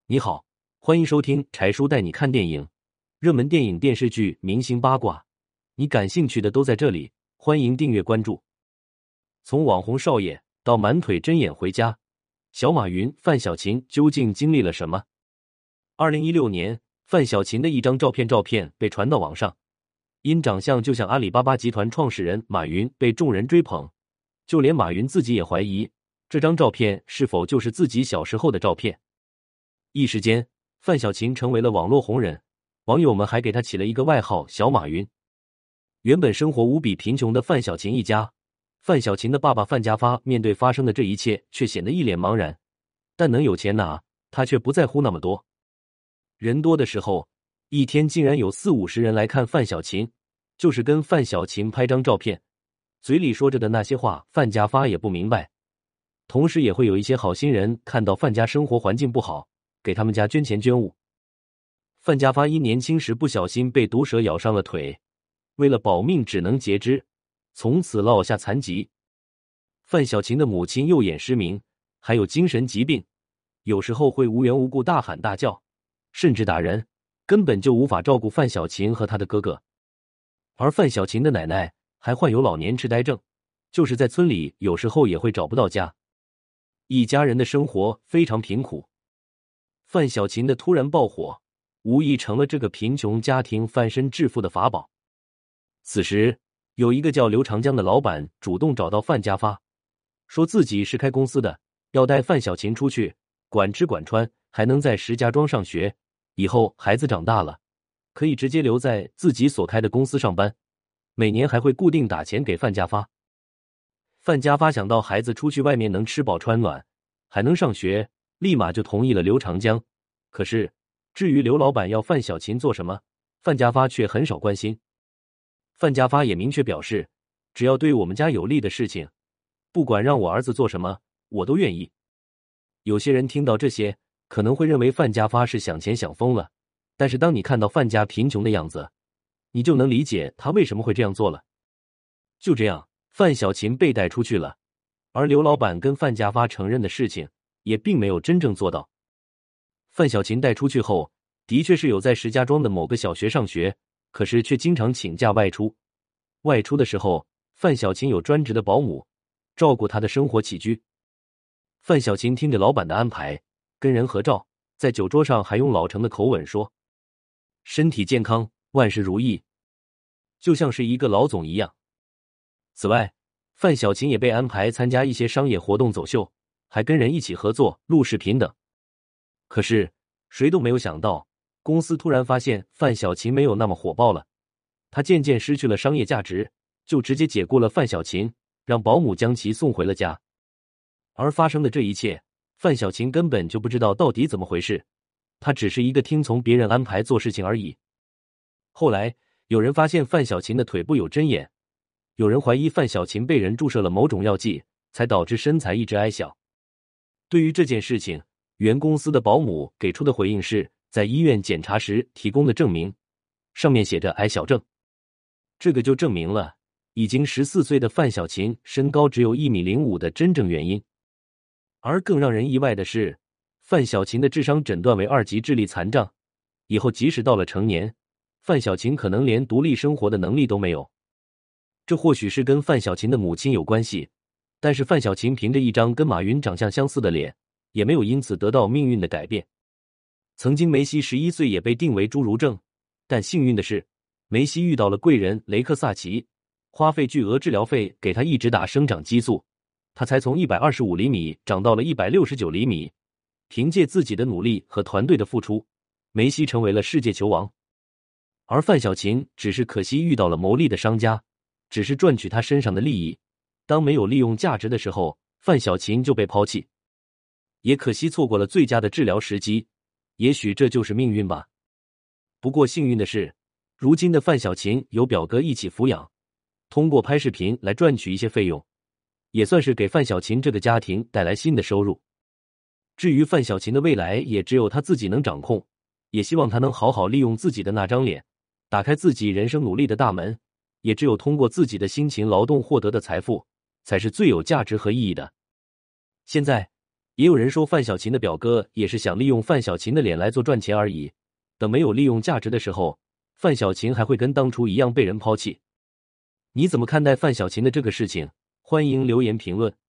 你好，欢迎收听柴叔带你看电影，热门电影、电视剧、明星八卦，你感兴趣的都在这里，欢迎订阅关注。从网红少爷到满腿针眼回家，小马云、范小勤究竟经历了什么？2016年，范小勤的一张照片被传到网上，因长相就像阿里巴巴集团创始人马云，被众人追捧，就连马云自己也怀疑这张照片是否就是自己小时候的照片。一时间，范小勤成为了网络红人，网友们还给他起了一个外号小马云。原本生活无比贫穷的范小勤一家，范小勤的爸爸范家发面对发生的这一切却显得一脸茫然，但能有钱拿，他却不在乎那么多。人多的时候，一天竟然有40-50人来看范小勤，就是跟范小勤拍张照片，嘴里说着的那些话范家发也不明白。同时也会有一些好心人看到范家生活环境不好，给他们家捐钱捐物。范家发因年轻时不小心被毒蛇咬伤了腿，为了保命只能截肢，从此落下残疾。范小勤的母亲右眼失明，还有精神疾病，有时候会无缘无故大喊大叫，甚至打人，根本就无法照顾范小勤和他的哥哥。而范小勤的奶奶还患有老年痴呆症，就是在村里有时候也会找不到家，一家人的生活非常贫苦。范小勤的突然爆火，无疑成了这个贫穷家庭翻身致富的法宝。此时，有一个叫刘长江的老板主动找到范家发，说自己是开公司的，要带范小勤出去管吃管穿，还能在石家庄上学，以后孩子长大了，可以直接留在自己所开的公司上班，每年还会固定打钱给范家发。范家发想到孩子出去外面能吃饱穿暖，还能上学，立马就同意了刘长江。可是至于刘老板要范小勤做什么，范家发却很少关心。范家发也明确表示，只要对我们家有利的事情，不管让我儿子做什么，我都愿意。有些人听到这些可能会认为范家发是想钱想疯了，但是当你看到范家贫穷的样子，你就能理解他为什么会这样做了。就这样，范小勤被带出去了，而刘老板跟范家发承认的事情也并没有真正做到。范小勤带出去后，的确是有在石家庄的某个小学上学，可是却经常请假外出。外出的时候，范小勤有专职的保姆照顾他的生活起居。范小勤听着老板的安排，跟人合照，在酒桌上还用老成的口吻说：“身体健康，万事如意。”就像是一个老总一样。此外，范小勤也被安排参加一些商业活动走秀，还跟人一起合作录视频等。可是谁都没有想到，公司突然发现范小勤没有那么火爆了，他渐渐失去了商业价值，就直接解雇了范小勤，让保姆将其送回了家。而发生的这一切，范小勤根本就不知道到底怎么回事，他只是一个听从别人安排做事情而已。后来有人发现范小勤的腿部有针眼，有人怀疑范小勤被人注射了某种药剂，才导致身材一直矮小。对于这件事情，原公司的保姆给出的回应是在医院检查时提供的证明，上面写着矮小症。这个就证明了已经14岁的范小勤身高只有1.05米的真正原因。而更让人意外的是，范小勤的智商诊断为2级智力残障，以后即使到了成年，范小勤可能连独立生活的能力都没有。这或许是跟范小勤的母亲有关系，但是范小勤凭着一张跟马云长相相似的脸，也没有因此得到命运的改变。曾经梅西11岁也被定为侏儒症，但幸运的是，梅西遇到了贵人雷克萨奇，花费巨额治疗费给他一直打生长激素，他才从125厘米长到了169厘米。凭借自己的努力和团队的付出，梅西成为了世界球王。而范小勤只是可惜遇到了牟利的商家，只是赚取他身上的利益，当没有利用价值的时候，范小勤就被抛弃。也可惜错过了最佳的治疗时机，也许这就是命运吧。不过幸运的是，如今的范小勤有表哥一起抚养，通过拍视频来赚取一些费用，也算是给范小勤这个家庭带来新的收入。至于范小勤的未来，也只有他自己能掌控，也希望他能好好利用自己的那张脸，打开自己人生努力的大门，也只有通过自己的辛勤劳动获得的财富，才是最有价值和意义的。现在也有人说范小勤的表哥也是想利用范小勤的脸来做赚钱而已，等没有利用价值的时候，范小勤还会跟当初一样被人抛弃。你怎么看待范小勤的这个事情？欢迎留言评论。